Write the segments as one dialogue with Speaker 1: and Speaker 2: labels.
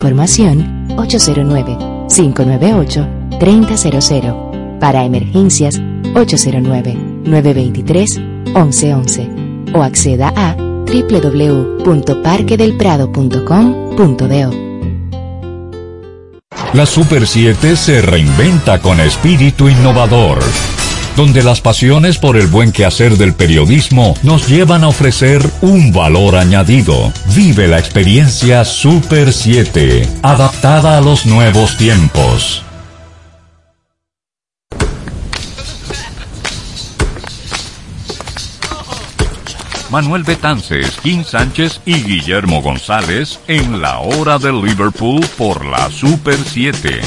Speaker 1: Información 809-598-3000. Para emergencias 809-923-1111. O acceda a www.parquedelprado.com.do.
Speaker 2: La Super 7 se reinventa con espíritu innovador, donde las pasiones por el buen quehacer del periodismo nos llevan a ofrecer un valor añadido. Vive la experiencia Super 7, adaptada a los nuevos tiempos. Manuel Betances, Kim Sánchez y Guillermo González en La Hora de Liverpool por la Super 7.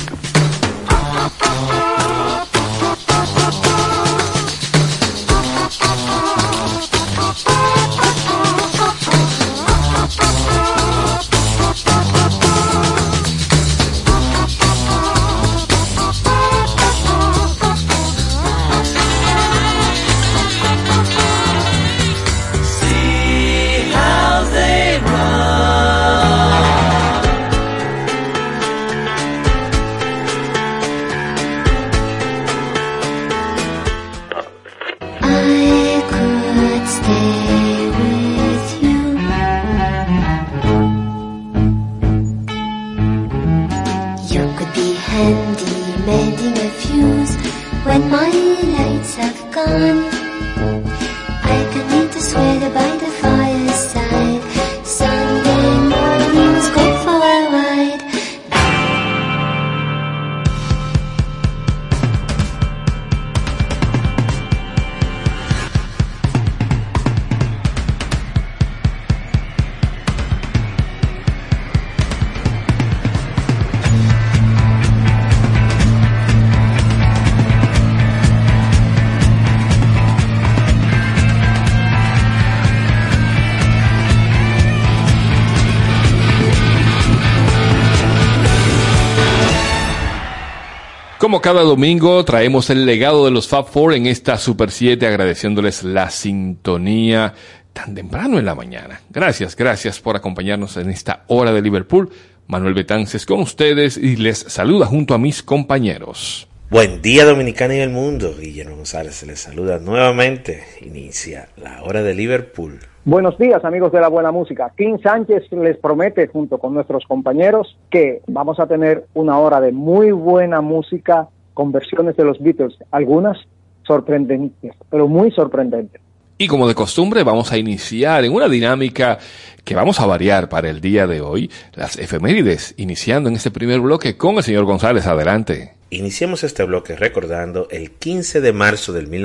Speaker 3: Como cada domingo, traemos el legado de los Fab Four en esta Super 7, agradeciéndoles la sintonía tan temprano en la mañana. Gracias por acompañarnos en esta Hora de Liverpool. Manuel Betances con ustedes y les saluda junto a mis compañeros.
Speaker 4: Buen día, Dominicana y el mundo. Guillermo González se les saluda nuevamente. Inicia la Hora de Liverpool.
Speaker 5: Buenos días, amigos de la buena música. Kim Sánchez les promete, junto con nuestros compañeros, que vamos a tener una hora de muy buena música con versiones de los Beatles, algunas sorprendentes, pero muy sorprendentes.
Speaker 3: Y como de costumbre, vamos a iniciar en una dinámica que vamos a variar para el día de hoy, las efemérides, iniciando en este primer bloque con el señor González. Adelante.
Speaker 4: Iniciemos este bloque recordando el 15 de marzo del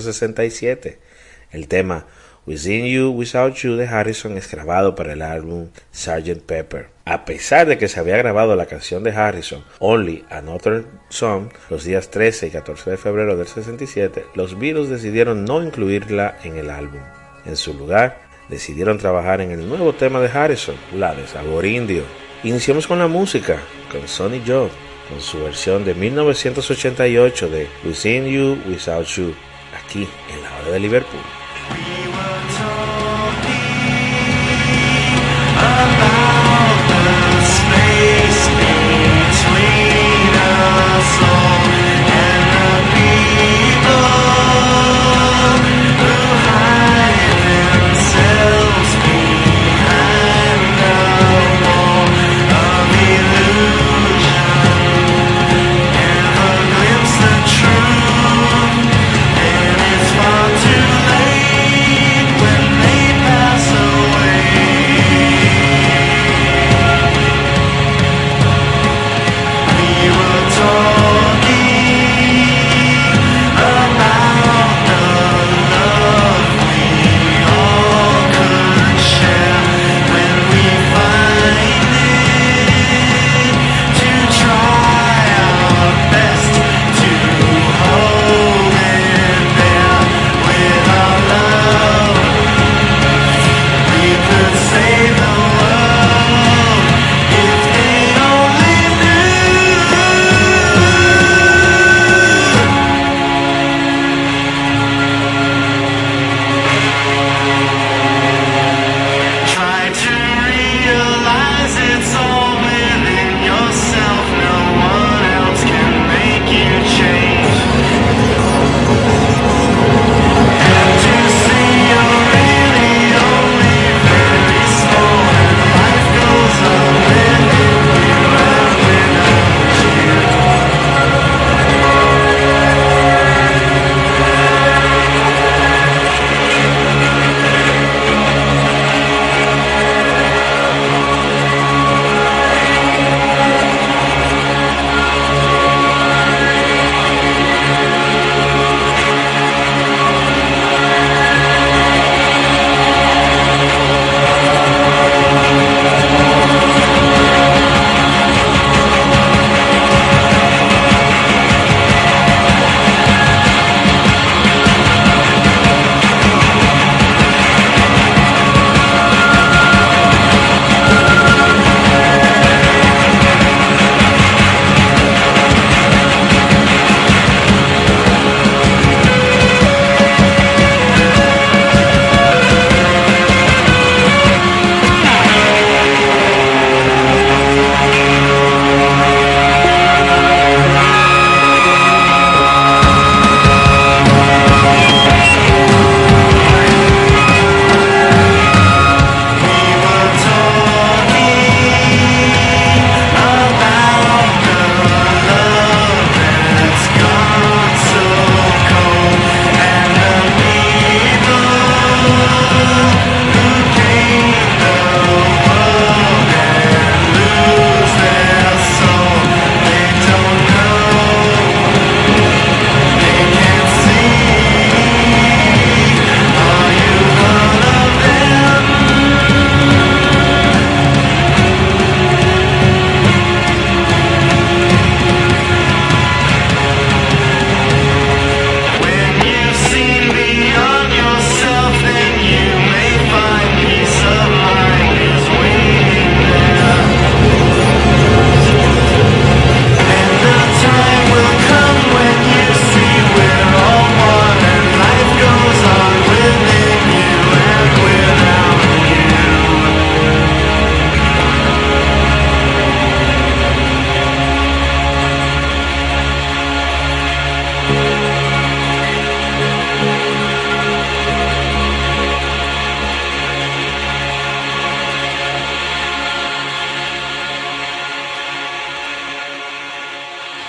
Speaker 4: 1967, el tema Within You, Without You de Harrison es grabado para el álbum Sgt. Pepper. A pesar de que se había grabado la canción de Harrison, Only Another Song, los días 13 y 14 de febrero del 67, los Beatles decidieron no incluirla en el álbum. En su lugar, decidieron trabajar en el nuevo tema de Harrison, la de sabor indio. Iniciamos con la música, con Sonny Joe, con su versión de 1988 de Within You, Without You, aquí en la Hora de Liverpool.
Speaker 6: Too late.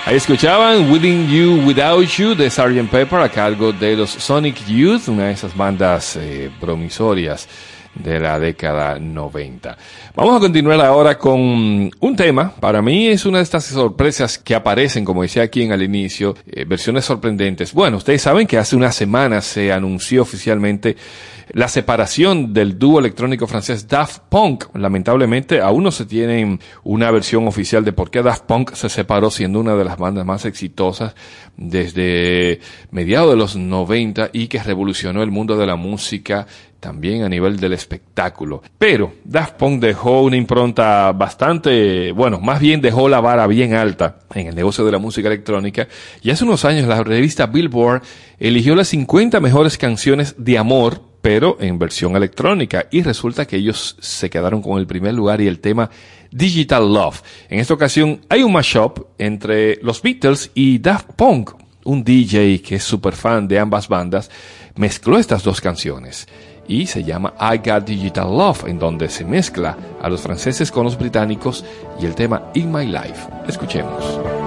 Speaker 3: Ahí escuchaban Within You, Without You de Sgt. Pepper a cargo de los Sonic Youth, una de esas bandas promisorias de la década 90. Vamos a continuar ahora con un tema. Para mí es una de estas sorpresas que aparecen, como decía aquí al inicio, versiones sorprendentes. Bueno, ustedes saben que hace unas semanas se anunció oficialmente la separación del dúo electrónico francés Daft Punk. Lamentablemente aún no se tiene una versión oficial de por qué Daft Punk se separó, siendo una de las bandas más exitosas desde mediados de los 90 y que revolucionó el mundo de la música, también a nivel del espectáculo. Pero Daft Punk dejó una impronta bastante, bueno, más bien dejó la vara bien alta en el negocio de la música electrónica, y hace unos años la revista Billboard eligió las 50 mejores canciones de amor, pero en versión electrónica, y resulta que ellos se quedaron con el primer lugar y el tema Digital Love. En esta ocasión hay un mashup entre los Beatles y Daft Punk. Un DJ que es súper fan de ambas bandas mezcló estas dos canciones y se llama I Got Digital Love, en donde se mezcla a los franceses con los británicos y el tema In My Life. Escuchemos.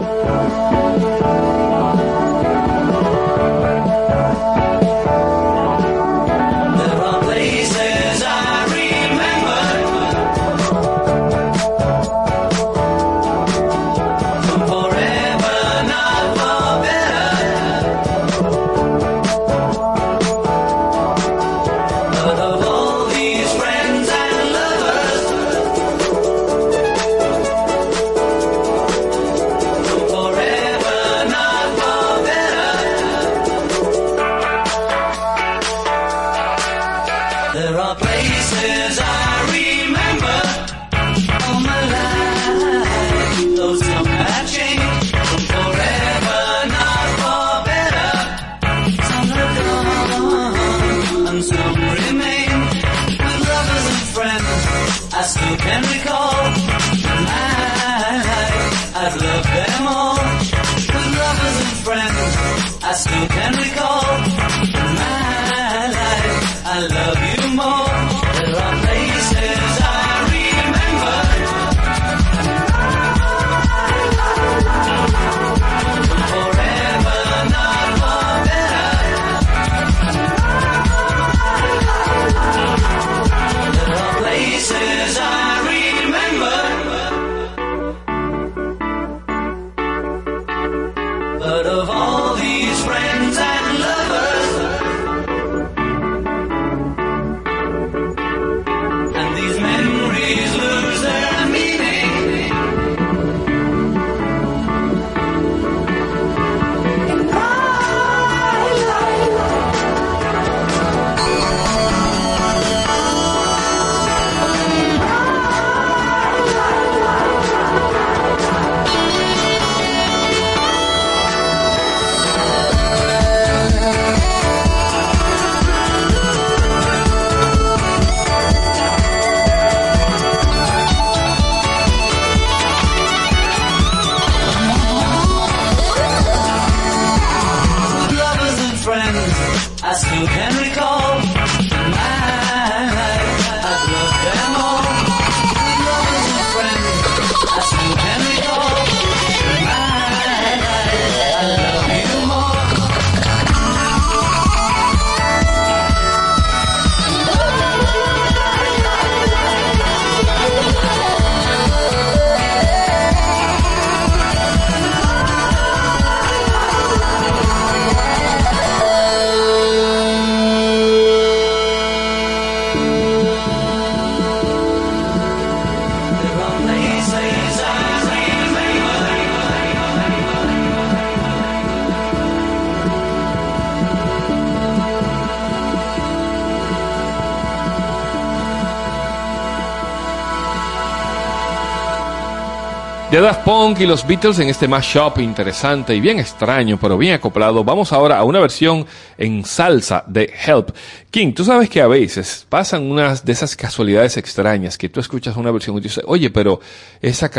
Speaker 3: De Daft Punk y los Beatles en este mashup interesante y bien extraño, pero bien acoplado. Vamos ahora a una versión en salsa de Help. King, tú sabes que a veces pasan unas de esas casualidades extrañas que tú escuchas una versión y dices, oye, pero esa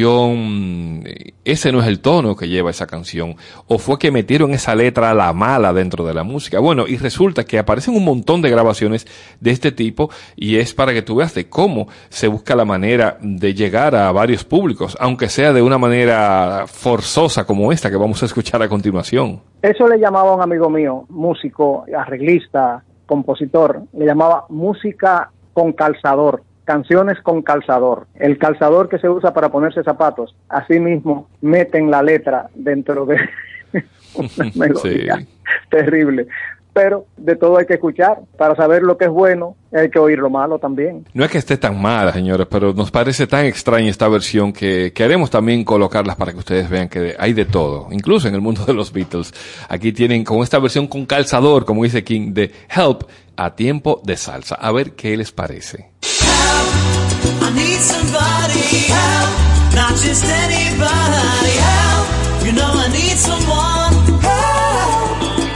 Speaker 3: canción, ese no es el tono que lleva esa canción, o fue que metieron esa letra a la mala dentro de la música. Bueno, y resulta que aparecen un montón de grabaciones de este tipo, y es para que tú veas de cómo se busca la manera de llegar a varios públicos, aunque aunque sea de una manera forzosa como esta que vamos a escuchar a continuación.
Speaker 5: Eso le llamaba a un amigo mío, músico, arreglista, compositor, le llamaba música con calzador, canciones con calzador. El calzador que se usa para ponerse zapatos, así mismo meten la letra dentro de una melodía sí. Terrible. Pero de todo hay que escuchar. Para saber lo que es bueno, hay que oír lo malo también.
Speaker 3: No es que esté tan mala, señores, pero nos parece tan extraña esta versión que queremos también colocarlas para que ustedes vean que hay de todo, incluso en el mundo de los Beatles. Aquí tienen con esta versión con calzador, como dice King, de Help, a tiempo de salsa. A ver qué les parece.
Speaker 6: Help, I need somebody, help, not just anybody, help, you know I need someone, help.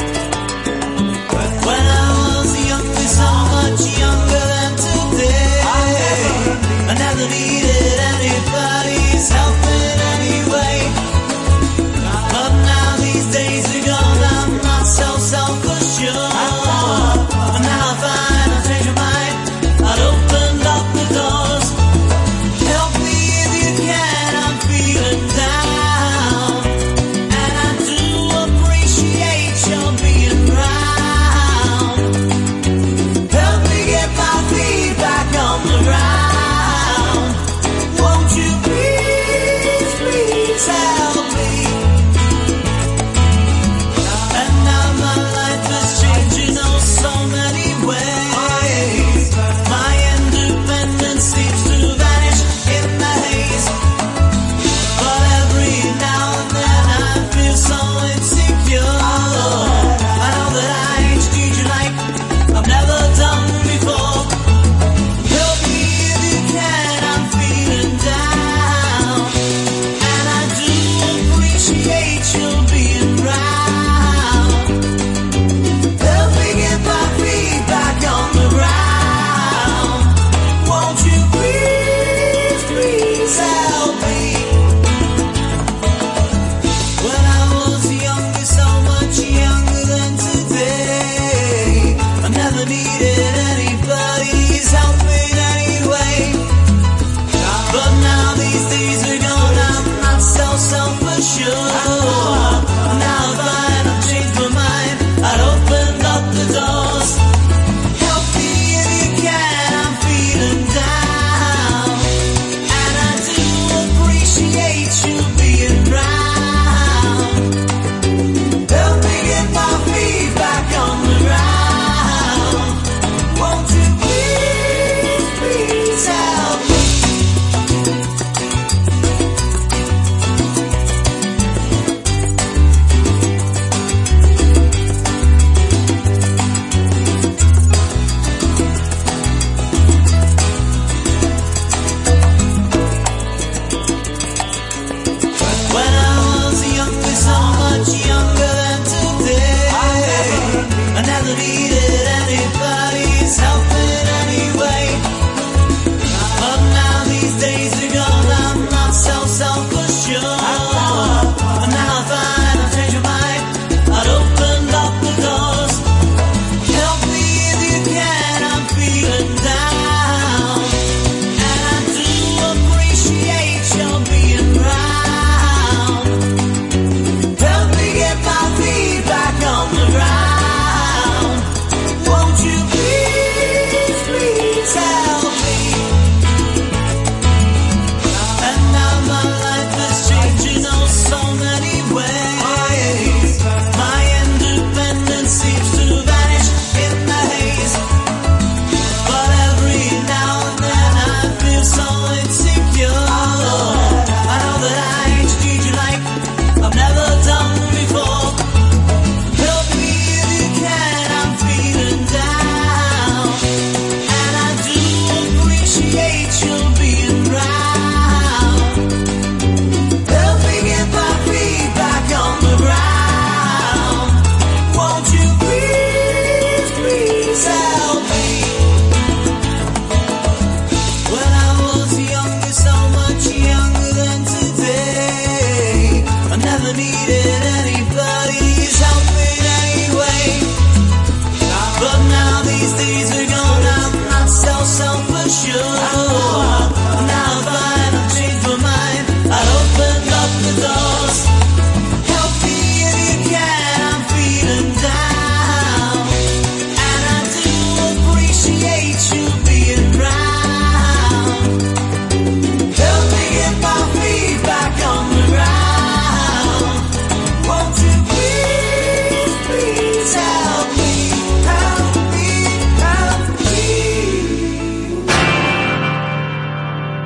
Speaker 6: When I was younger, so much younger than today, I never needed anybody's help in any way, but now these days are gone, I'm not so self-assured, and now I find I've changed my mind, I'd opened up the doors, help me if you can, I'm feeling down, and I do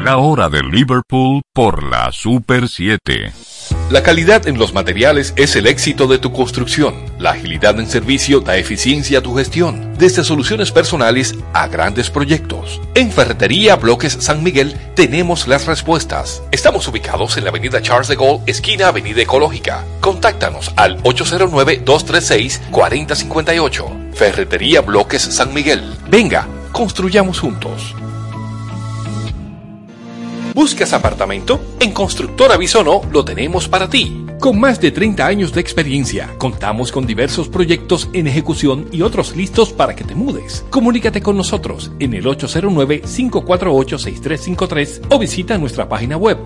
Speaker 2: La hora de Liverpool por la Super 7.
Speaker 3: La calidad en los materiales es el éxito de tu construcción. La agilidad en servicio da eficiencia a tu gestión, desde soluciones personales a grandes proyectos. En Ferretería Bloques San Miguel tenemos las respuestas. Estamos ubicados en la avenida Charles de Gaulle, esquina Avenida Ecológica. Contáctanos al 809-236-4058. Ferretería Bloques San Miguel. Venga, construyamos juntos. ¿Buscas apartamento? En Constructora Bisonó lo tenemos para ti. Con más de 30 años de experiencia, contamos con diversos proyectos en ejecución y otros listos para que te mudes. Comunícate con nosotros en el 809-548-6353 o visita nuestra página web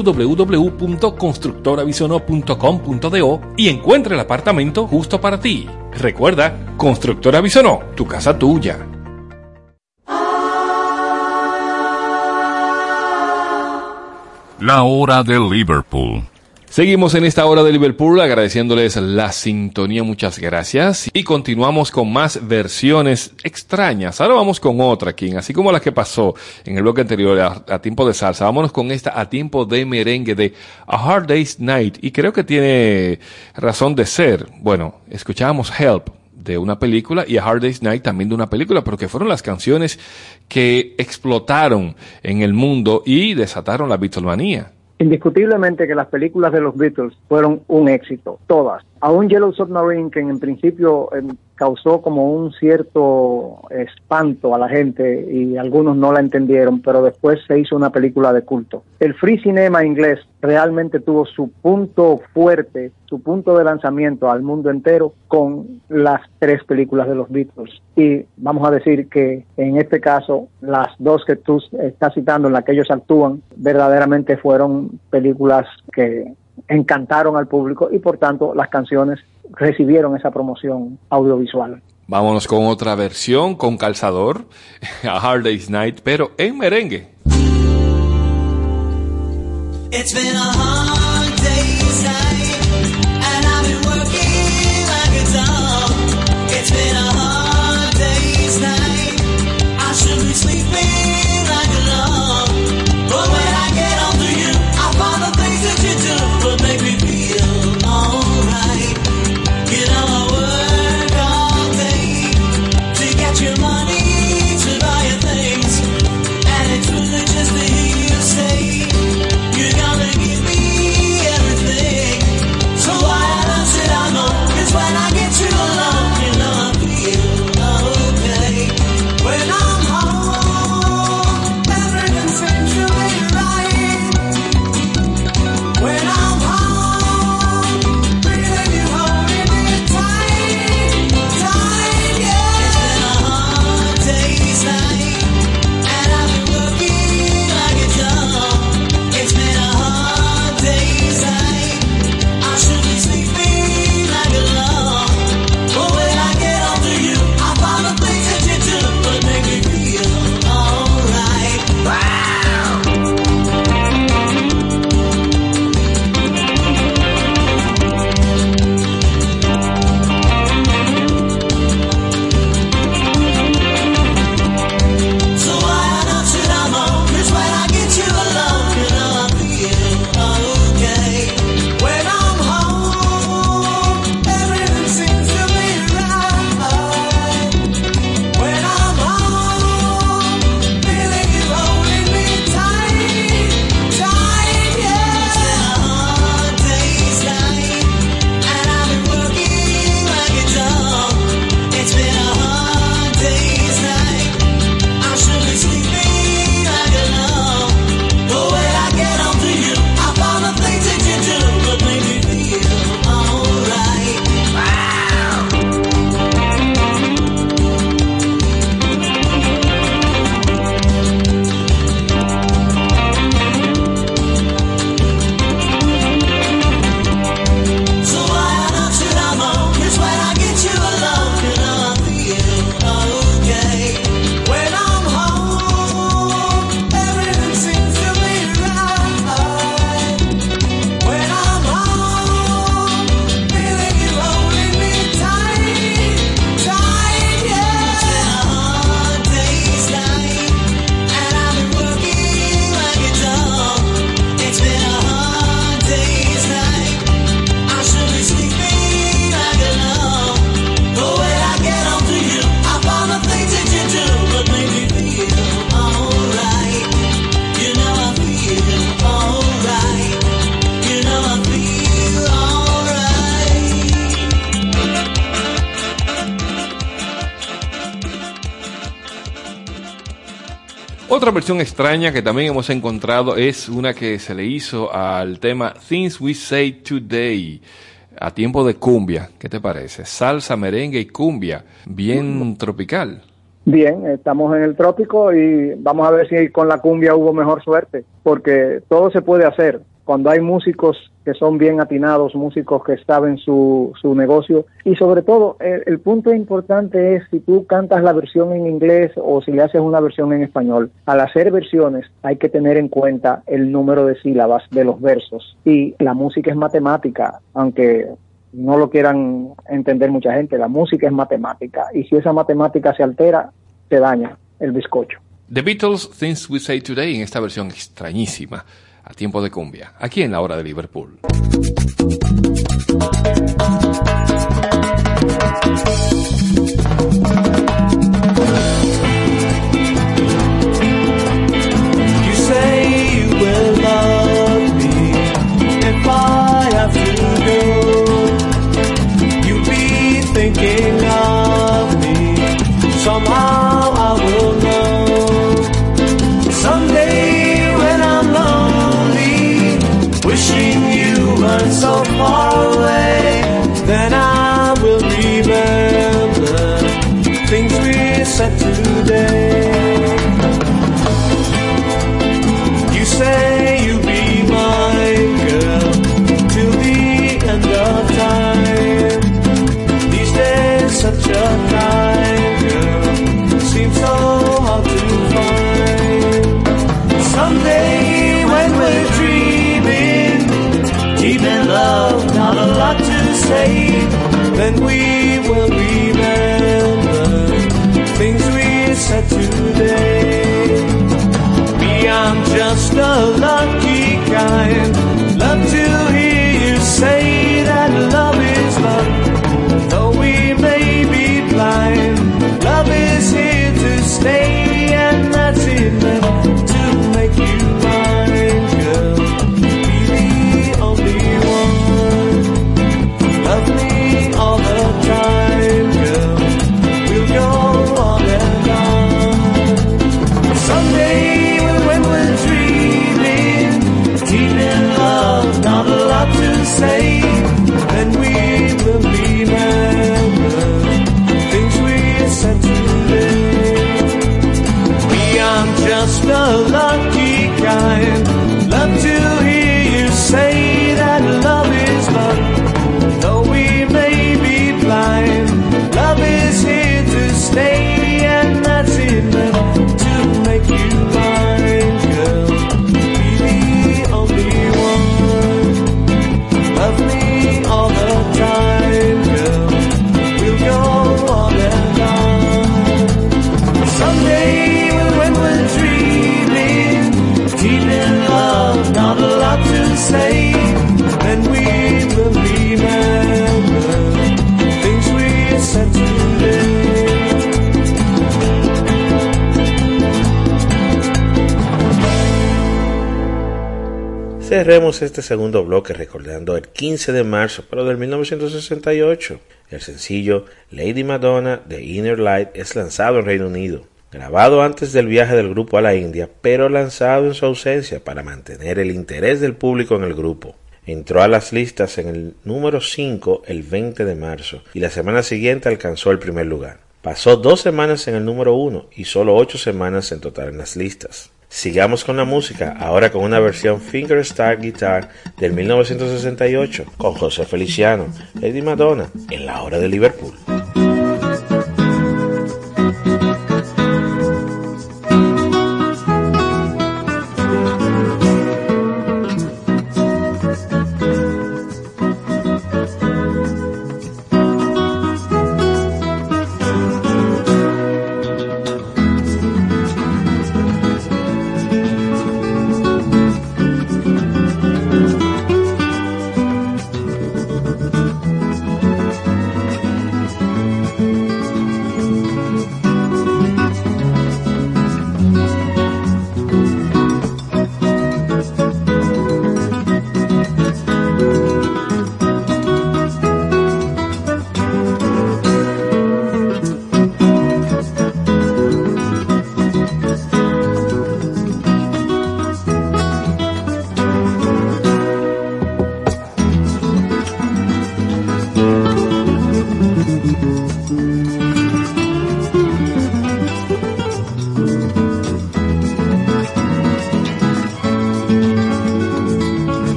Speaker 3: www.constructorabisono.com.do y encuentra el apartamento justo para ti. Recuerda, Constructora Bisonó, tu casa tuya.
Speaker 2: La hora de Liverpool.
Speaker 3: Seguimos en esta hora de Liverpool agradeciéndoles la sintonía, muchas gracias. Y continuamos con más versiones extrañas. Ahora vamos con otra, King, así como la que pasó en el bloque anterior a tiempo de salsa. Vámonos con esta a tiempo de merengue de A Hard Day's Night. Y creo que tiene razón de ser. Bueno, escuchábamos Help de una película y A Hard Day's Night también de una película, pero que fueron las canciones que explotaron en el mundo y desataron la Beatlemanía.
Speaker 5: Indiscutiblemente que las películas de los Beatles fueron un éxito, todas. Aún Yellow Submarine, que en principio causó como un cierto espanto a la gente y algunos no la entendieron, pero después se hizo una película de culto. El free cinema inglés realmente tuvo su punto fuerte, su punto de lanzamiento al mundo entero con las 3 películas de los Beatles. Y vamos a decir que en este caso las 2 que tú estás citando en las que ellos actúan verdaderamente fueron películas que encantaron al público y por tanto las canciones recibieron esa promoción audiovisual.
Speaker 3: Vámonos con otra versión con calzador, A Hard Day's Night, pero en merengue.
Speaker 6: It's been a hard day's night, and I've been working like a dog. It's been a hard day's night, I should be sleeping like a log. But when I get home to you, I find the things that you do will make me feel alright. You know I work all day to get your money to buy your things, and it's really just to hear you say you gotta give me
Speaker 3: Otra versión extraña que también hemos encontrado es una que se le hizo al tema Things We Say Today, a tiempo de cumbia. ¿Qué te parece? Salsa, merengue y cumbia, bien tropical.
Speaker 5: Bien, estamos en el trópico y vamos a ver si con la cumbia hubo mejor suerte, porque todo se puede hacer. Cuando hay músicos que son bien atinados, músicos que saben su negocio, y sobre todo el punto importante es si tú cantas la versión en inglés o si le haces una versión en español. Al hacer versiones hay que tener en cuenta el número de sílabas de los versos, y la música es matemática, aunque no lo quieran entender mucha gente. La música es matemática, y si esa matemática se altera, se daña el bizcocho.
Speaker 3: The Beatles, Things We Say Today, en esta versión extrañísima, a tiempo de cumbia, aquí en la hora de Liverpool.
Speaker 6: You say you will love me if I have to go. You'll be thinking of me. Somehow I will know. Someday when I'm lonely, wishing you weren't so far away, then I will remember things we said today. You say you'll be my girl till the end of time. These days such a time, girl, seems so hard to find. Someday when we're dreaming, deep in love, not a lot to say, then we will remember things we said today. Me, I'm just a lucky kind, love to hear you say that love is love. Though we may be blind, love is here to stay, and that's enough to make you mine, girl. Be the only one. Love me all the time, girl. We'll go on and on. Someday when we're dreaming, deep in love, not a lot to say, then we will remember things we said today. Me, I'm just a lucky kind, love to hear you say that love is love. Though we may be blind, love is here to stay, and that's enough to make you mine, girl. Be the only one. Love me all the time, girl. We'll go on and on. Someday when we're dreaming, deep in love, not a lot to say, then we will remember things we said today.
Speaker 4: Cerremos este segundo bloque recordando el 15 de marzo, pero del 1968. El sencillo Lady Madonna de Inner Light es lanzado en Reino Unido, grabado antes del viaje del grupo a la India, pero lanzado en su ausencia para mantener el interés del público en el grupo. Entró a las listas en el número 5 el 20 de marzo y la semana siguiente alcanzó el primer lugar. Pasó 2 semanas en el número 1 y solo 8 semanas en total en las listas. Sigamos con la música, ahora con una versión Fingerstyle Guitar del 1968 con José Feliciano, Lady Madonna, en la hora de Liverpool.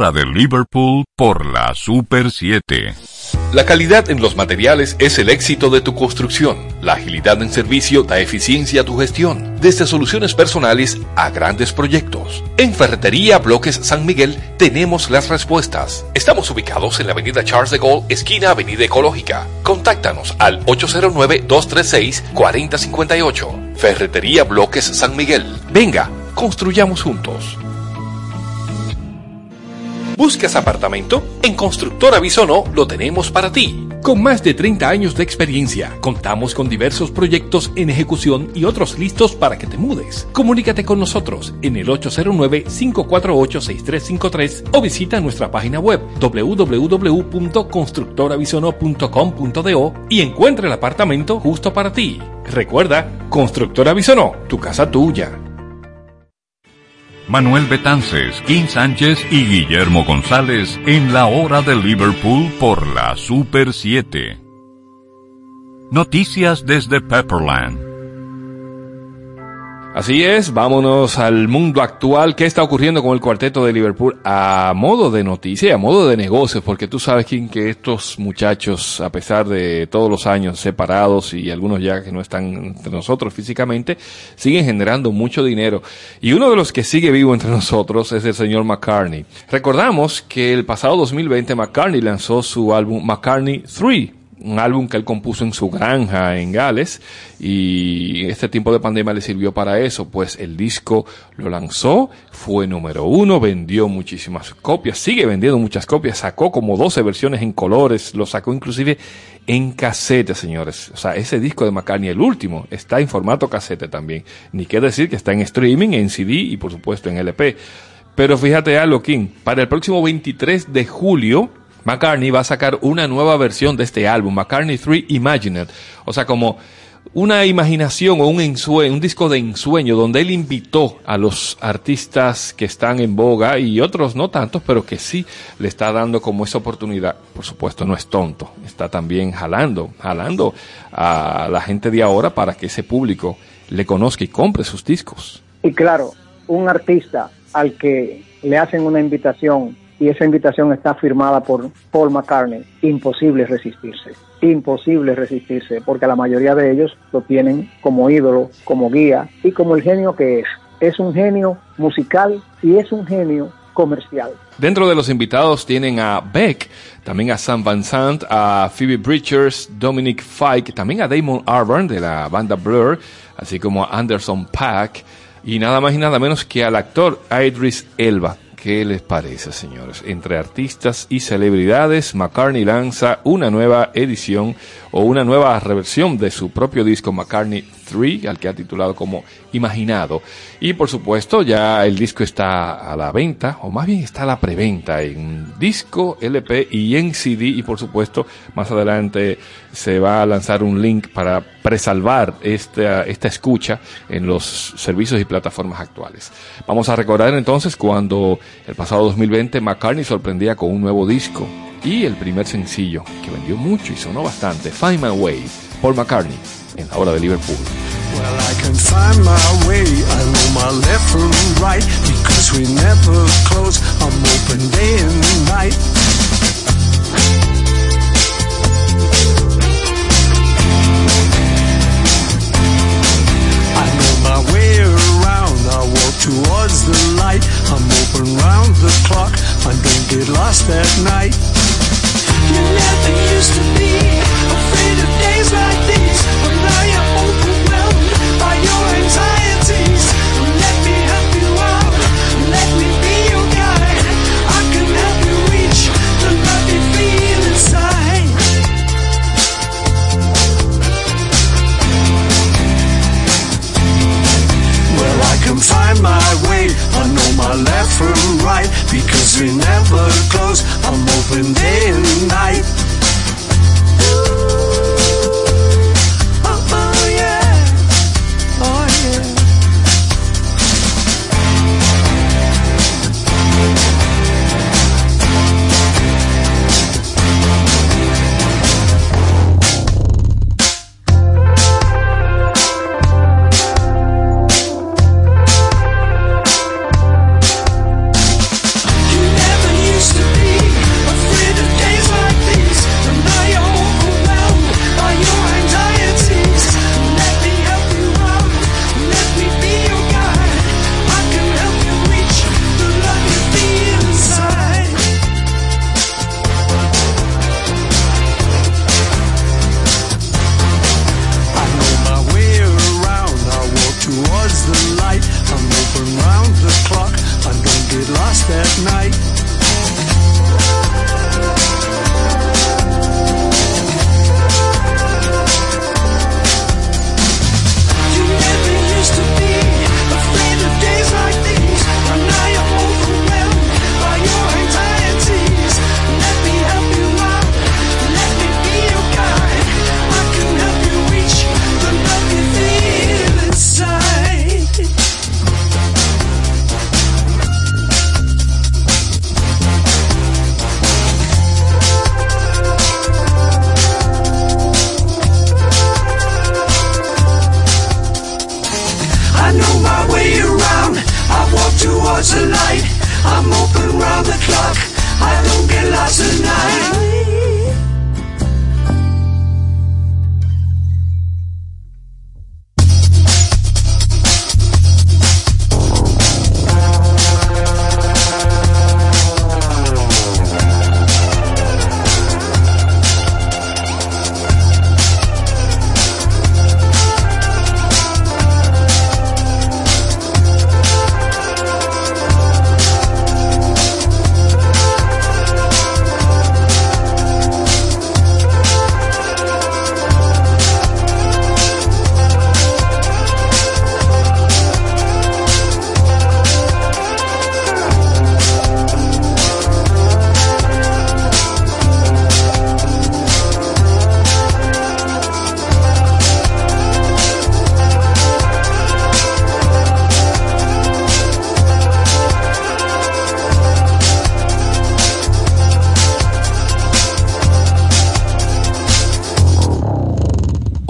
Speaker 2: hora de Liverpool por la Super 7.
Speaker 3: La calidad en los materiales es el éxito de tu construcción. La agilidad en servicio da eficiencia a tu gestión, desde soluciones personales a grandes proyectos. En Ferretería Bloques San Miguel tenemos las respuestas. Estamos ubicados en la avenida Charles de Gaulle, esquina Avenida Ecológica. Contáctanos al 809-236-4058. Ferretería Bloques San Miguel. Venga, construyamos juntos. ¿Buscas apartamento? En Constructora Bisonó lo tenemos para ti. Con más de 30 años de experiencia, contamos con diversos proyectos en ejecución y otros listos para que te mudes. Comunícate con nosotros en el 809-548-6353 o visita nuestra página web www.constructorabisono.com.do y encuentra el apartamento justo para ti. Recuerda, Constructora Bisonó, tu casa tuya.
Speaker 2: Manuel Betances, Kim Sánchez y Guillermo González en la hora de Liverpool por la Super 7. Noticias desde Pepperland.
Speaker 3: Así es, vámonos al mundo actual. ¿Qué está ocurriendo con el cuarteto de Liverpool? A modo de noticia, a modo de negocios, porque tú sabes, Kim, que estos muchachos, a pesar de todos los años separados y algunos ya que no están entre nosotros físicamente, siguen generando mucho dinero. Y uno de los que sigue vivo entre nosotros es el señor McCartney. Recordamos que el pasado 2020 McCartney lanzó su álbum McCartney 3. Un álbum que él compuso en su granja en Gales, y este tiempo de pandemia le sirvió para eso, pues el disco lo lanzó, fue número 1, vendió muchísimas copias, sigue vendiendo muchas copias, sacó como 12 versiones en colores, lo sacó inclusive en casete, señores. O sea, ese disco de McCartney, el último, está en formato casete también, ni qué decir que está en streaming, en CD y por supuesto en LP. Pero fíjate algo, Kim, para el próximo 23 de julio, McCartney va a sacar una nueva versión de este álbum, McCartney 3 Imagined. O sea, como una imaginación o un disco de ensueño donde él invitó a los artistas que están en boga y otros no tantos, pero que sí le está dando como esa oportunidad. Por supuesto, no es tonto. Está también jalando a la gente de ahora para que ese público le conozca y compre sus discos.
Speaker 5: Y claro, un artista al que le hacen una invitación y esa invitación está firmada por Paul McCartney, imposible resistirse, porque la mayoría de ellos lo tienen como ídolo, como guía y como el genio que es. Es un genio musical y es un genio comercial.
Speaker 3: Dentro de los invitados tienen a Beck, también a Sam Van Sant, a Phoebe Bridgers, Dominic Fike, también a Damon Albarn de la banda Blur, así como a Anderson .Paak y nada más y nada menos que al actor Idris Elba. ¿Qué les parece, señores? Entre artistas y celebridades, McCartney lanza una nueva edición o una nueva reversión de su propio disco McCartney 3, al que ha titulado como Imaginado. Y por supuesto ya el disco está a la venta, o más bien está a la preventa en disco, LP y en CD. Y por supuesto más adelante se va a lanzar un link para presalvar esta escucha en los servicios y plataformas actuales. Vamos a recordar entonces cuando el pasado 2020 McCartney sorprendía con un nuevo disco y el primer sencillo que vendió mucho y sonó bastante, Find My Way, Paul McCartney en la hora de Liverpool.
Speaker 7: Well, I can find my way, I know my left from right, because we never close, I'm open day and night. I know my way around, I walk towards the light, I'm open round the clock, I don't get lost at night. You never used to be afraid of days like these, but now you're overwhelmed by your anxieties. Let me help you out, let me be your guide. I can help you reach the love you feel inside. Well, I can find my way, I know my left from right, because we never close, I'm open day and night. Oh yeah, oh yeah. You never used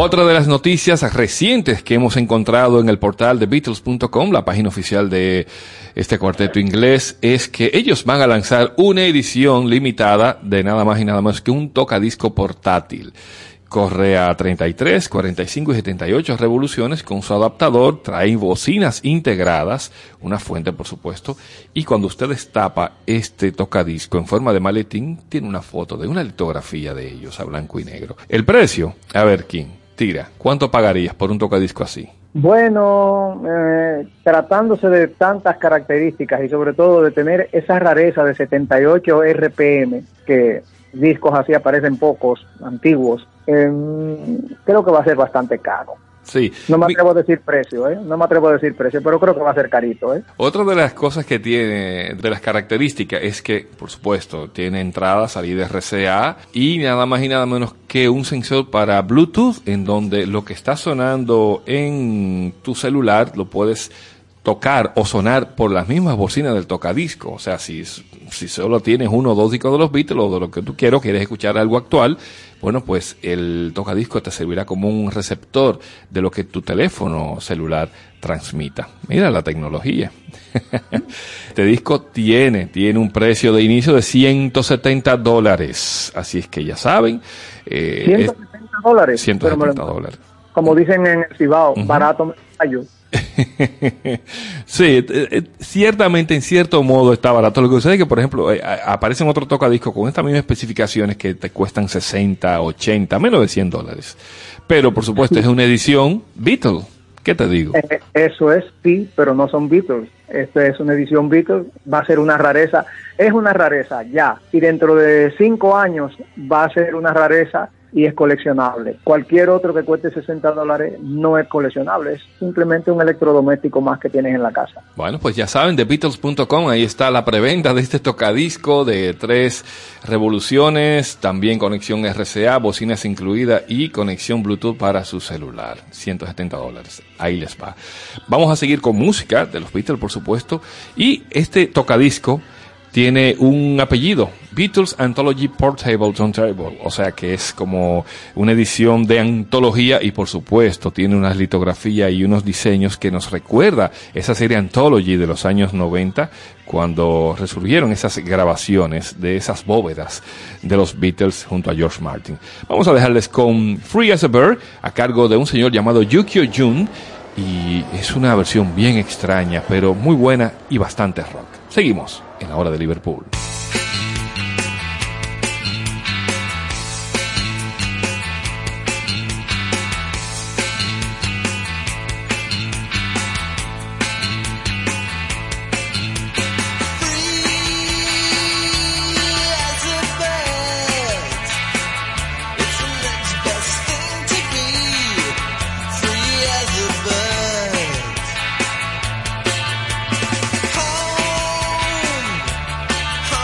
Speaker 3: Otra de las noticias recientes que hemos encontrado en el portal de Beatles.com, la página oficial de este cuarteto inglés, es que ellos van a lanzar una edición limitada de nada más y nada más que un tocadisco portátil. Corre a 33, 45 y 78 revoluciones con su adaptador, trae bocinas integradas, una fuente por supuesto, y cuando usted destapa este tocadisco en forma de maletín, tiene una foto de una litografía de ellos a blanco y negro. El precio, a ver quién, tira, ¿cuánto pagarías por un tocadisco así?
Speaker 5: Bueno, tratándose de tantas características y sobre todo de tener esa rareza de 78 RPM, que discos así aparecen pocos, antiguos, creo que va a ser bastante caro.
Speaker 3: Sí.
Speaker 5: No me atrevo a decir precio, pero creo que va a ser carito,
Speaker 3: Otra de las cosas que tiene, de las características, es que, por supuesto, tiene entrada, salida RCA y nada más y nada menos que un sensor para Bluetooth, en donde lo que está sonando en tu celular lo puedes tocar o sonar por las mismas bocinas del tocadisco. O sea, si solo tienes uno o dos discos de los Beatles o de lo que tú quieres escuchar algo actual, bueno, pues el tocadisco te servirá como un receptor de lo que tu teléfono celular transmita. Mira la tecnología. Este disco tiene un precio de inicio de $170. Así es que ya saben.
Speaker 5: $170.
Speaker 3: $170.
Speaker 5: Como dicen en el Cibao, barato me callo.
Speaker 3: Sí, ciertamente en cierto modo está barato. Lo que sucede es que, por ejemplo, aparecen otros tocadiscos con estas mismas especificaciones que te cuestan 60, 80, menos de $100. Pero, por supuesto, es una edición Beatles. ¿Qué te digo?
Speaker 5: Eso es, sí, pero no son Beatles. Esta es una edición Beatles, va a ser una rareza. Es una rareza ya, y dentro de 5 años va a ser una rareza y es coleccionable. Cualquier otro que cueste $60 no es coleccionable, es simplemente un electrodoméstico más que tienes en la casa.
Speaker 3: Bueno, pues ya saben, de Beatles.com, ahí está la preventa de este tocadisco de 3 revoluciones, también conexión RCA, bocinas incluidas y conexión Bluetooth para su celular. $170. Ahí les va. Vamos a seguir con música de los Beatles, por supuesto, y este tocadisco tiene un apellido, Beatles Anthology Portable Turntable, o sea que es como una edición de antología y por supuesto tiene unas litografías y unos diseños que nos recuerda esa serie Anthology de los años 90, cuando resurgieron esas grabaciones de esas bóvedas de los Beatles junto a George Martin. Vamos a dejarles con Free as a Bird a cargo de un señor llamado Yukio Jun, y es una versión bien extraña, pero muy buena y bastante rock. Seguimos en la hora de Liverpool.
Speaker 6: Home,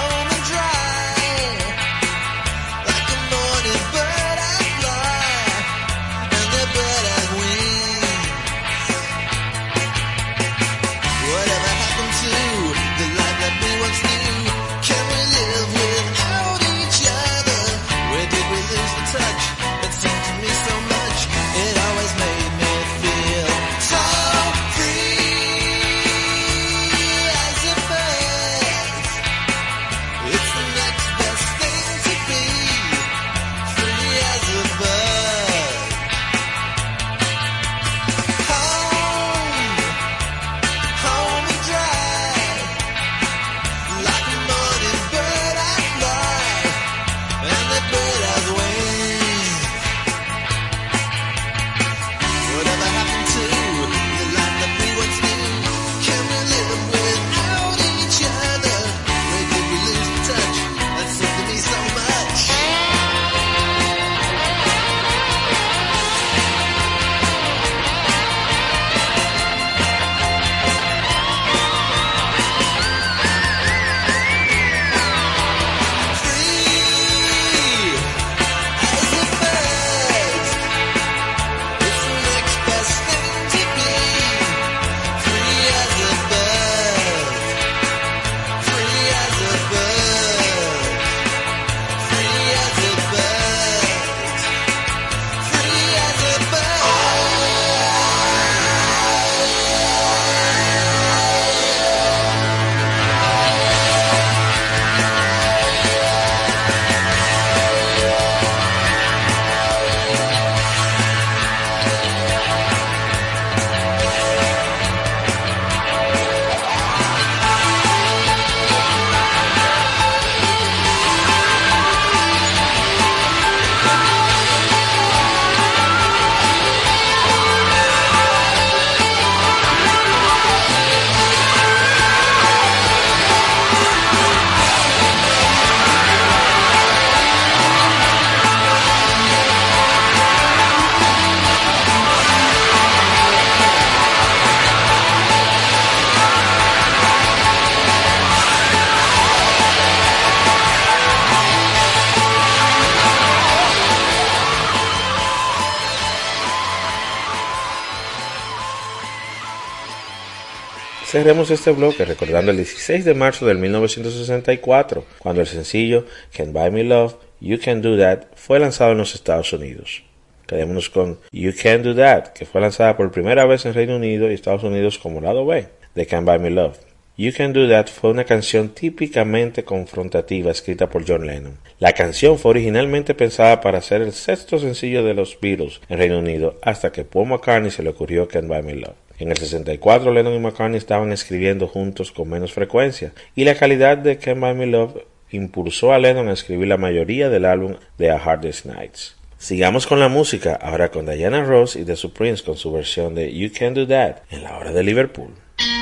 Speaker 4: Cerremos este bloque recordando el 16 de marzo del 1964, cuando el sencillo Can't Buy Me Love, You Can Do That fue lanzado en los Estados Unidos. Quedémonos con You Can Do That, que fue lanzada por primera vez en Reino Unido y Estados Unidos como lado B de Can't Buy Me Love. You Can Do That fue una canción típicamente confrontativa escrita por John Lennon. La canción fue originalmente pensada para ser el sexto sencillo de los Beatles en Reino Unido, hasta que Paul McCartney se le ocurrió Can't Buy Me Love. En el 64, Lennon y McCartney estaban escribiendo juntos con menos frecuencia, y la calidad de Can't Buy Me Love impulsó a Lennon a escribir la mayoría del álbum de A Hard Day's Nights. Sigamos con la música, ahora con Diana Ross y The Supremes con su versión de You Can Do That en la hora de Liverpool.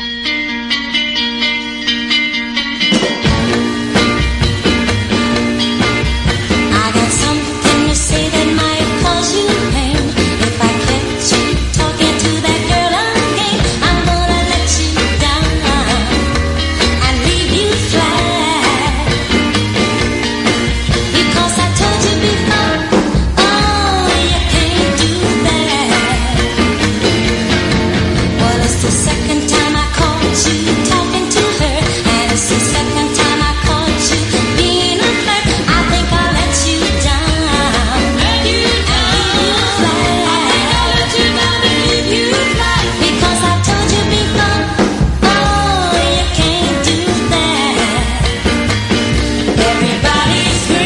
Speaker 8: Second time I caught you talking to her, and it's the second time I caught you being a flirt. I think I'll let you down, let you down. I think I'll let you down and leave you flat, because I told you before, oh, you can't do that. Everybody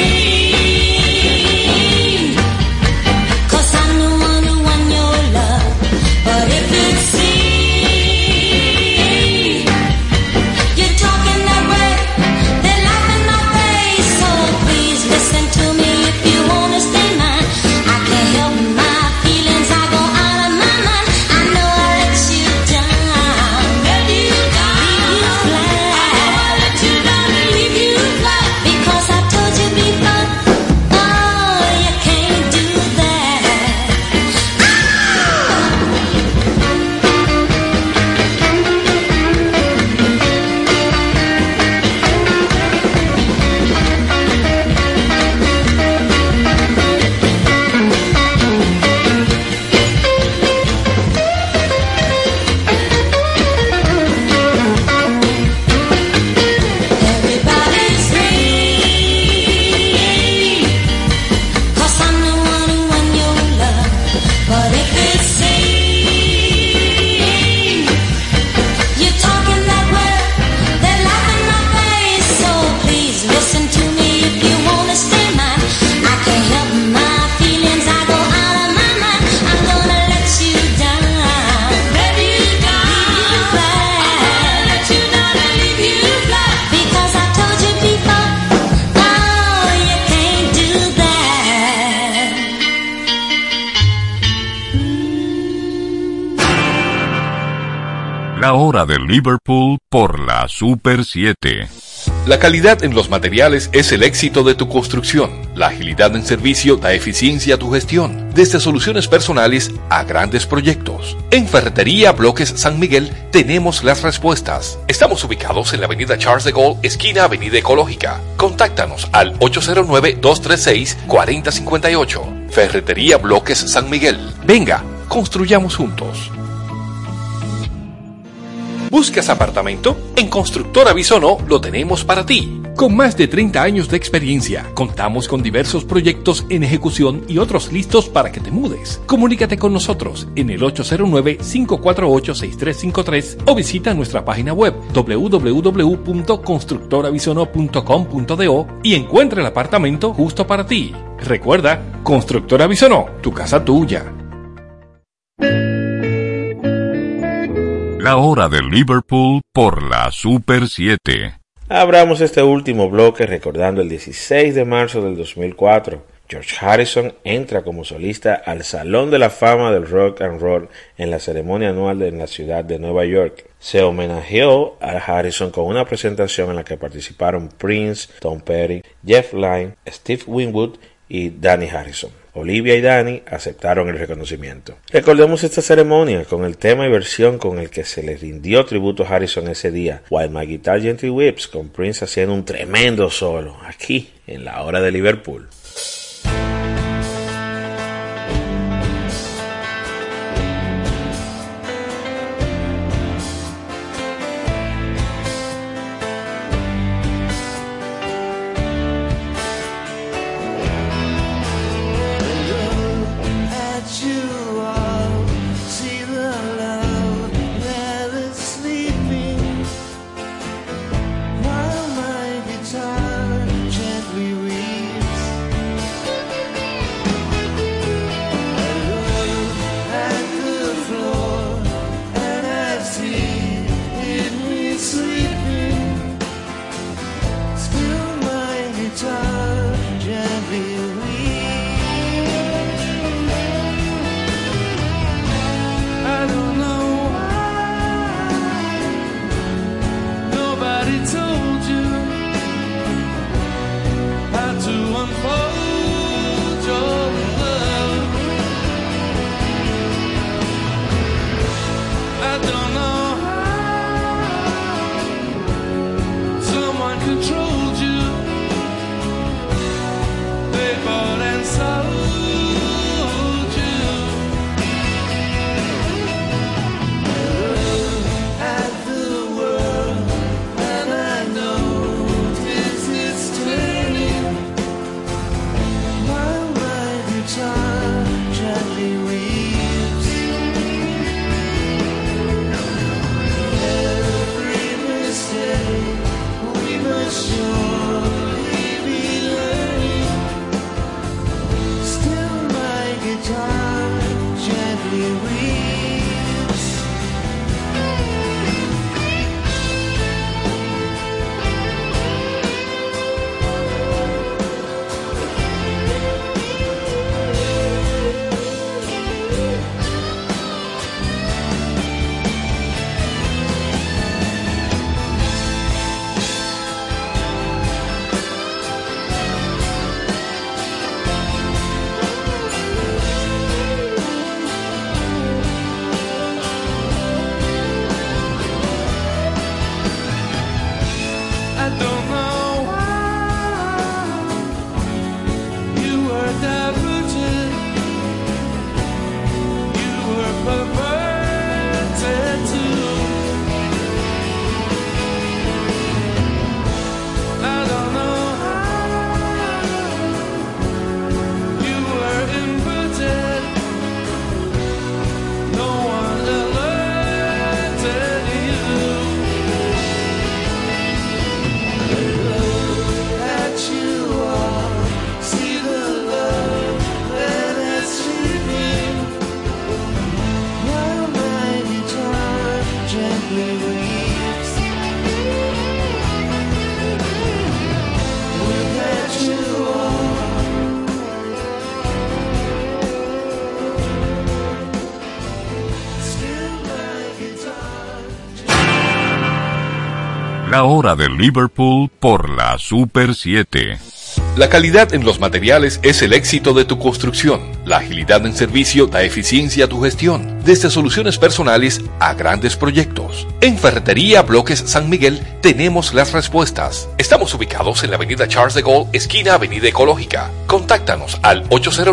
Speaker 8: scream, 'cause I'm the one who won your love. But if it's
Speaker 2: La hora de Liverpool por la Super 7.
Speaker 3: La calidad en los materiales es el éxito de tu construcción. La agilidad en servicio da eficiencia a tu gestión, desde soluciones personales a grandes proyectos. En Ferretería Bloques San Miguel tenemos las respuestas. Estamos ubicados en la avenida Charles de Gaulle, esquina Avenida Ecológica. Contáctanos al 809-236-4058. Ferretería Bloques San Miguel. Venga, construyamos juntos. ¿Buscas apartamento? En Constructora Bisonó lo tenemos para ti. Con más de 30 años de experiencia, contamos con diversos proyectos en ejecución y otros listos para que te mudes. Comunícate con nosotros en el 809-548-6353 o visita nuestra página web www.constructorabisono.com.do y encuentra el apartamento justo para ti. Recuerda, Constructora Bisonó, tu casa tuya.
Speaker 2: La hora de Liverpool por la Super 7.
Speaker 4: Abramos este último bloque recordando el 16 de marzo del 2004. George Harrison entra como solista al Salón de la Fama del Rock and Roll en la ceremonia anual en la ciudad de Nueva York. Se homenajeó a Harrison con una presentación en la que participaron Prince, Tom Petty, Jeff Lynne, Steve Winwood y Danny Harrison. Olivia y Danny aceptaron el reconocimiento. Recordemos esta ceremonia con el tema y versión con el que se le rindió tributo a Harrison ese día, While My Guitar Gently Weeps, con Prince haciendo un tremendo solo, aquí en la hora de Liverpool.
Speaker 6: gently weaves. I don't know why you were diverted. You were perverted too. I don't know how you were inverted. No one alerted you. That you are, see the love that is sleeping. While my guitar gently weeps. That you are. Still my guitar.
Speaker 2: La hora de Liverpool por la Super 7.
Speaker 3: La calidad en los materiales es el éxito de tu construcción. La agilidad en servicio da eficiencia a tu gestión. Desde soluciones personales a grandes proyectos. En Ferretería Bloques San Miguel tenemos las respuestas. Estamos ubicados en la avenida Charles de Gaulle, esquina Avenida Ecológica. Contáctanos al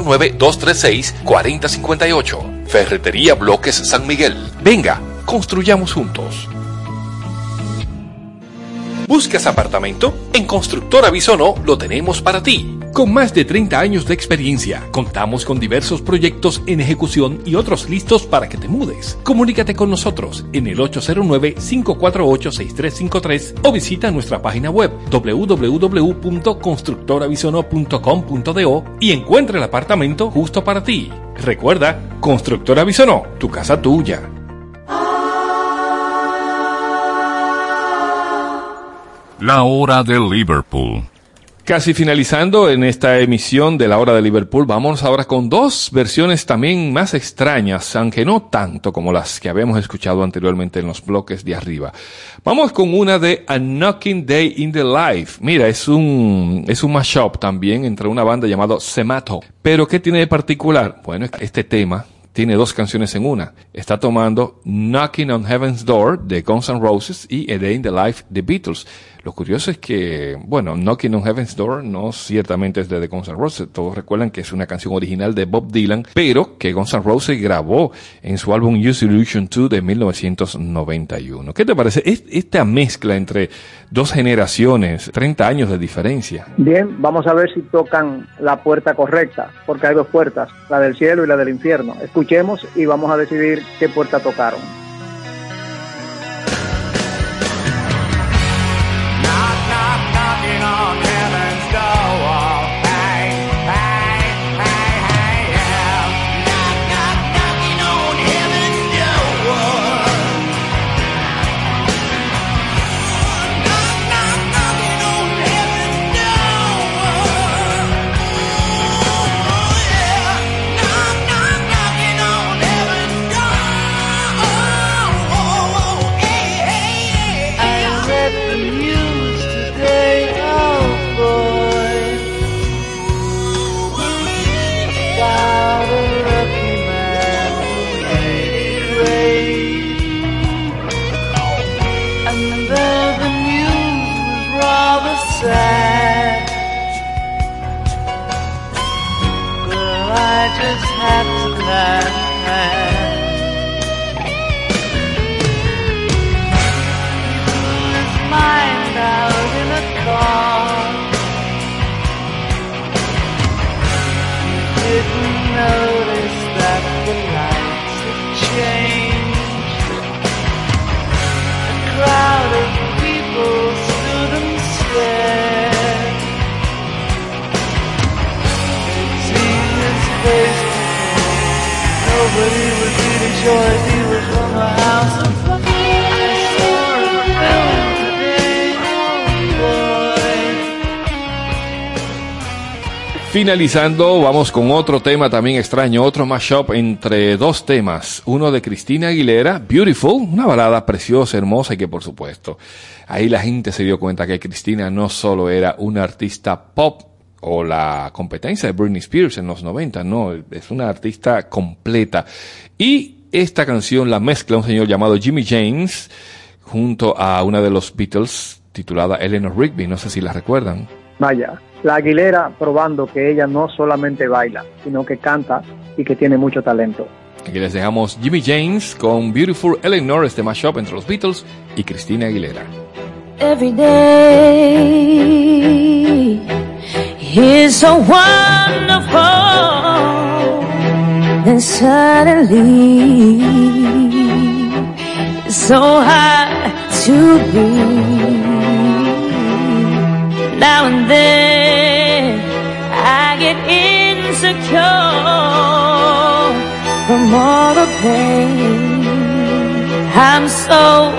Speaker 3: 809-236-4058. Ferretería Bloques San Miguel. Venga, construyamos juntos. ¿Buscas apartamento? En Constructora Bisonó lo tenemos para ti. Con más de 30 años de experiencia, contamos con diversos proyectos en ejecución y otros listos para que te mudes. Comunícate con nosotros en el 809-548-6353 o visita nuestra página web www.constructorabisono.com.do y encuentra el apartamento justo para ti. Recuerda, Constructora Bisonó, tu casa tuya.
Speaker 2: La hora de Liverpool.
Speaker 3: Casi finalizando en esta emisión de la hora de Liverpool, vamos ahora con dos versiones también más extrañas, aunque no tanto como las que habíamos escuchado anteriormente en los bloques de arriba. Vamos con una de A Knocking Day in the Life. Mira, es un mashup también entre una banda llamada Semato. Pero ¿qué tiene de particular? Bueno, este tema tiene dos canciones en una. Está tomando Knocking on Heaven's Door de Guns N' Roses y A Day in the Life de Beatles. Lo curioso es que, bueno, Knocking on Heaven's Door no ciertamente es de The Guns N' Roses. Todos recuerdan que es una canción original de Bob Dylan, pero que Guns N' Roses grabó en su álbum Use Illusion 2 de 1991. ¿Qué te parece esta mezcla entre dos generaciones, 30 años de diferencia?
Speaker 5: Bien, vamos a ver si tocan la puerta correcta, porque hay dos puertas, la del cielo y la del infierno. Escuchemos y vamos a decidir qué puerta tocaron.
Speaker 6: Knocking on heaven's door. Hey, hey, hey, hey, yeah. Knocking on heaven's door. Knocking on heaven's door. Yeah. Knocking on heaven's door. Hey, hey, hey. I read the news today, oh boy, about a lucky man who made it rain. And though the news was rather sad, well, I just had to laugh. Mind out in a car. He didn't notice that the lights had changed. A crowd of people stood and stared. They'd seen his face before. Nobody was sure he was from a house of fire. I saw a film today, boy.
Speaker 3: Finalizando, vamos con otro tema también extraño, otro mashup entre dos temas. Uno de Cristina Aguilera, Beautiful, una balada preciosa, hermosa, y que por supuesto, ahí la gente se dio cuenta que Cristina no solo era una artista pop o la competencia de Britney Spears en los 90, no, es una artista completa. Y esta canción la mezcla un señor llamado Jimmy James junto a una de los Beatles titulada Eleanor Rigby, no sé si la recuerdan.
Speaker 5: Vaya, la Aguilera probando que ella no solamente baila, sino que canta y que tiene mucho talento.
Speaker 3: Aquí les dejamos Jimmy James con Beautiful Eleanor, este mashup entre los Beatles y Cristina Aguilera.
Speaker 8: Every day is so wonderful, and suddenly it's so hard to breathe. Now and then I get insecure from all the pain. I'm so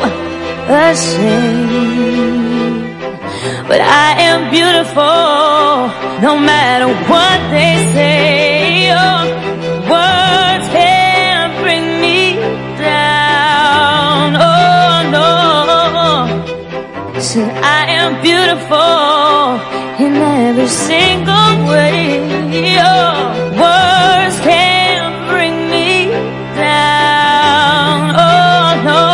Speaker 8: ashamed, but I am beautiful no matter what they say. Oh, words can't bring me down. Oh no, so I am beautiful in every single way. Oh, words can't bring me down. Oh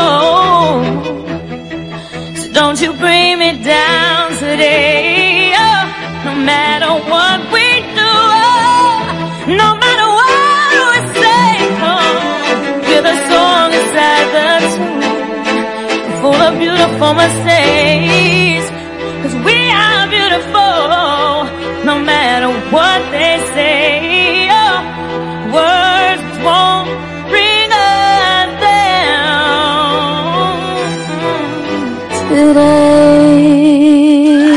Speaker 8: no, so don't you bring me down today. Oh, no matter what we do, oh, no matter what we say, oh, you're the song inside the tune, full of beautiful mistakes. 'Cause we are beautiful, no matter what they say. Oh, words won't bring us down today.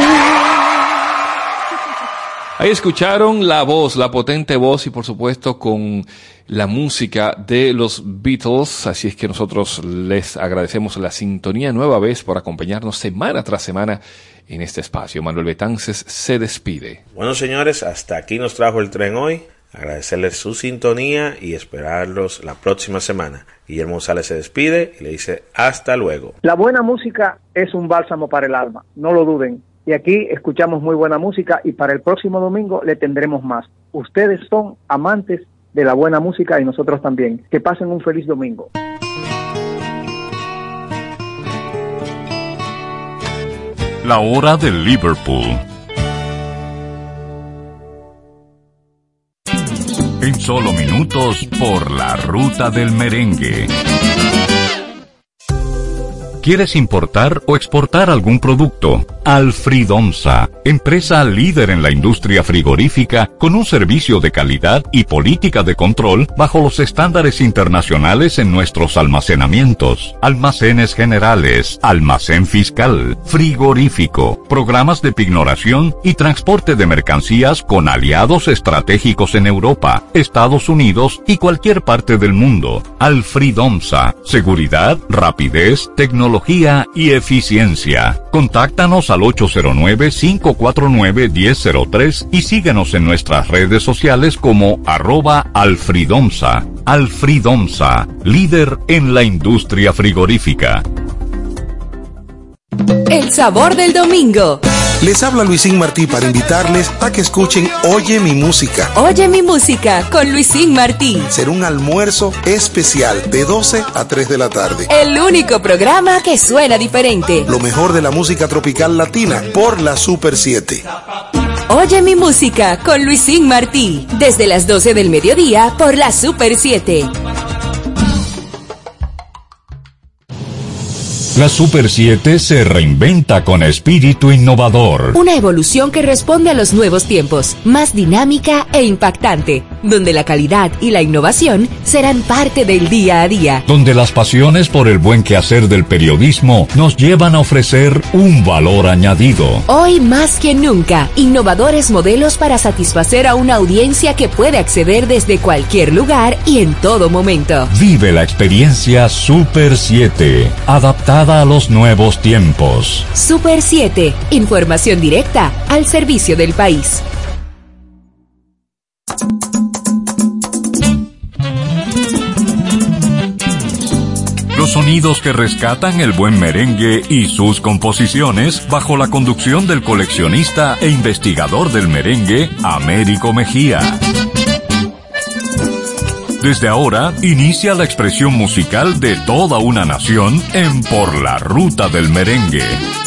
Speaker 3: Ahí escucharon la voz, la potente voz y por supuesto con la música de los Beatles. Así es que nosotros les agradecemos la sintonía nueva vez por acompañarnos semana tras semana en este espacio. Manuel Betances se despide.
Speaker 4: Bueno, señores, hasta aquí nos trajo el tren hoy. Agradecerles su sintonía y esperarlos la próxima semana. Guillermo González se despide y le dice hasta luego.
Speaker 5: La buena música es un bálsamo para el alma, no lo duden. Y aquí escuchamos muy buena música y para el próximo domingo le tendremos más. Ustedes son amantes de la buena música y nosotros también. Que pasen un feliz domingo.
Speaker 2: La hora de Liverpool. En solo minutos por la ruta del merengue. ¿Quieres importar o exportar algún producto? Alfridomsa, empresa líder en la industria frigorífica con un servicio de calidad y política de control bajo los estándares internacionales en nuestros almacenamientos, almacenes generales, almacén fiscal, frigorífico, programas de pignoración y transporte de mercancías con aliados estratégicos en Europa, Estados Unidos y cualquier parte del mundo. Alfridomsa, seguridad, rapidez, tecnología y eficiencia. Contáctanos al 809-549-1003 y síguenos en nuestras redes sociales como @Alfridomsa. Alfridomsa, líder en la industria frigorífica.
Speaker 1: El sabor del domingo.
Speaker 9: Les habla Luisín Martí para invitarles a que escuchen Oye mi música.
Speaker 1: Oye mi música con Luisín Martí.
Speaker 9: Será un almuerzo especial de 12 a 3 de la tarde.
Speaker 1: El único programa que suena diferente.
Speaker 9: Lo mejor de la música tropical latina por la Super 7.
Speaker 1: Oye mi música con Luisín Martí. Desde las 12 del mediodía por la Super 7.
Speaker 2: La Super 7 se reinventa con espíritu innovador.
Speaker 1: Una evolución que responde a los nuevos tiempos, más dinámica e impactante. donde la calidad y la innovación serán parte del día a día.
Speaker 2: Donde las pasiones por el buen quehacer del periodismo nos llevan a ofrecer un valor añadido.
Speaker 1: Hoy más que nunca, innovadores modelos para satisfacer a una audiencia que puede acceder desde cualquier lugar y en todo momento.
Speaker 2: Vive la experiencia Super 7, adaptada a los nuevos tiempos.
Speaker 1: Super 7, información directa al servicio del país.
Speaker 2: Los sonidos que rescatan el buen merengue y sus composiciones bajo la conducción del coleccionista e investigador del merengue, Américo Mejía. Desde ahora, inicia la expresión musical de toda una nación en Por la Ruta del Merengue.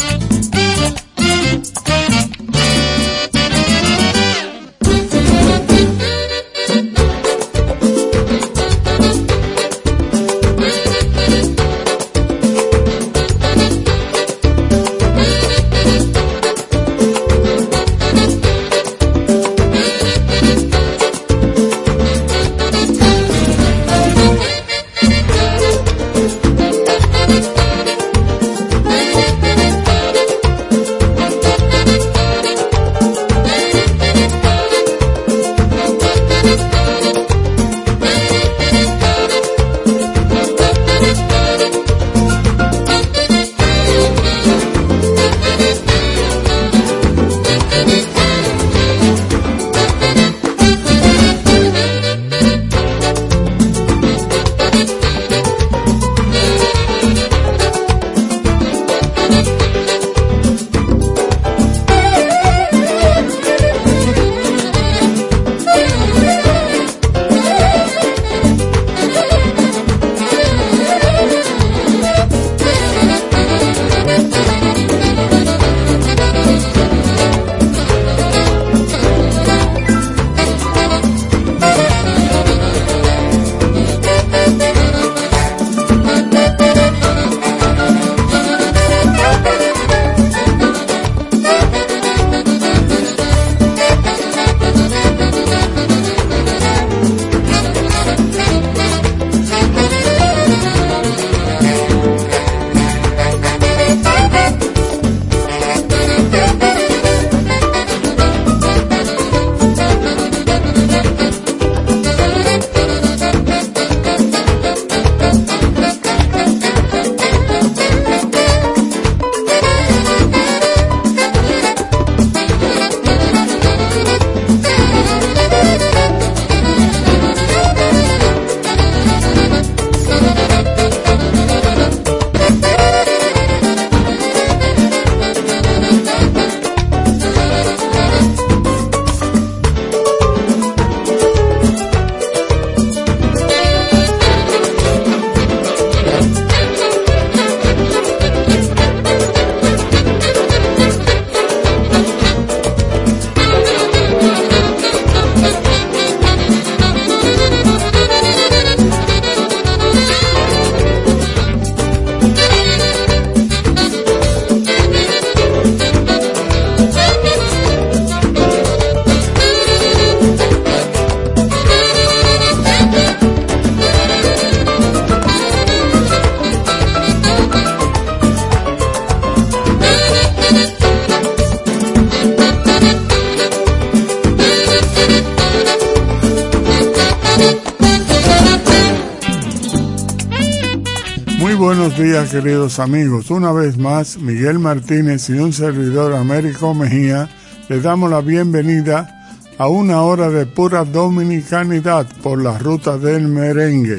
Speaker 10: buenos días, queridos amigos. Una vez más, Miguel Martínez y un servidor, Américo Mejía, les damos la bienvenida a una hora de pura dominicanidad por la ruta del merengue.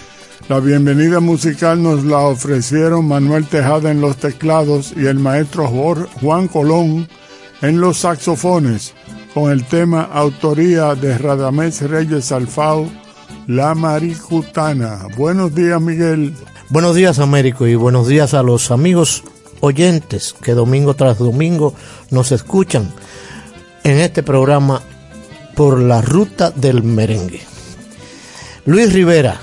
Speaker 10: La bienvenida musical nos la ofrecieron Manuel Tejada en los teclados y el maestro Juan Colón en los saxofones, con el tema autoría de Radamés Reyes Alfao, La Maricutana. Buenos días, Miguel.
Speaker 11: Buenos días, Américo, y buenos días a los amigos oyentes que domingo tras domingo nos escuchan en este programa por la ruta del merengue. Luis Rivera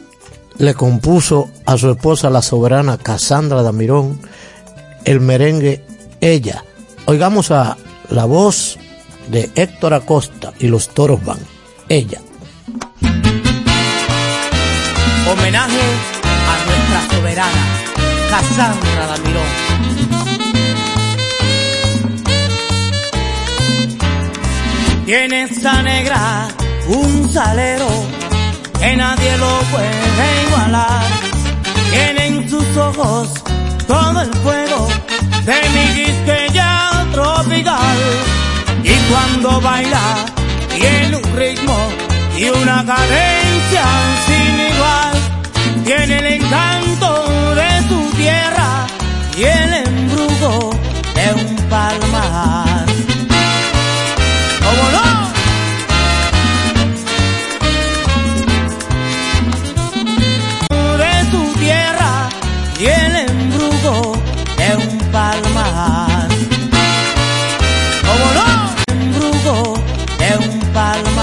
Speaker 11: le compuso a su esposa, la soberana Casandra Damirón, el merengue Ella. Oigamos a la voz de Héctor Acosta y los Toros Van, Ella.
Speaker 12: Homenaje a nuestra soberana, Casandra Damirón. Tiene esa negra un salero que nadie lo puede igualar. Tiene en sus ojos todo el fuego de mi quisqueya tropical. Y cuando baila tiene un ritmo y una cadencia sin igual. Tiene el encanto de su tierra y el embrujo de un palmar. ¿Cómo no? De su tierra y el embrujo de un palmar. ¿Cómo no? Embrujo de un palmar.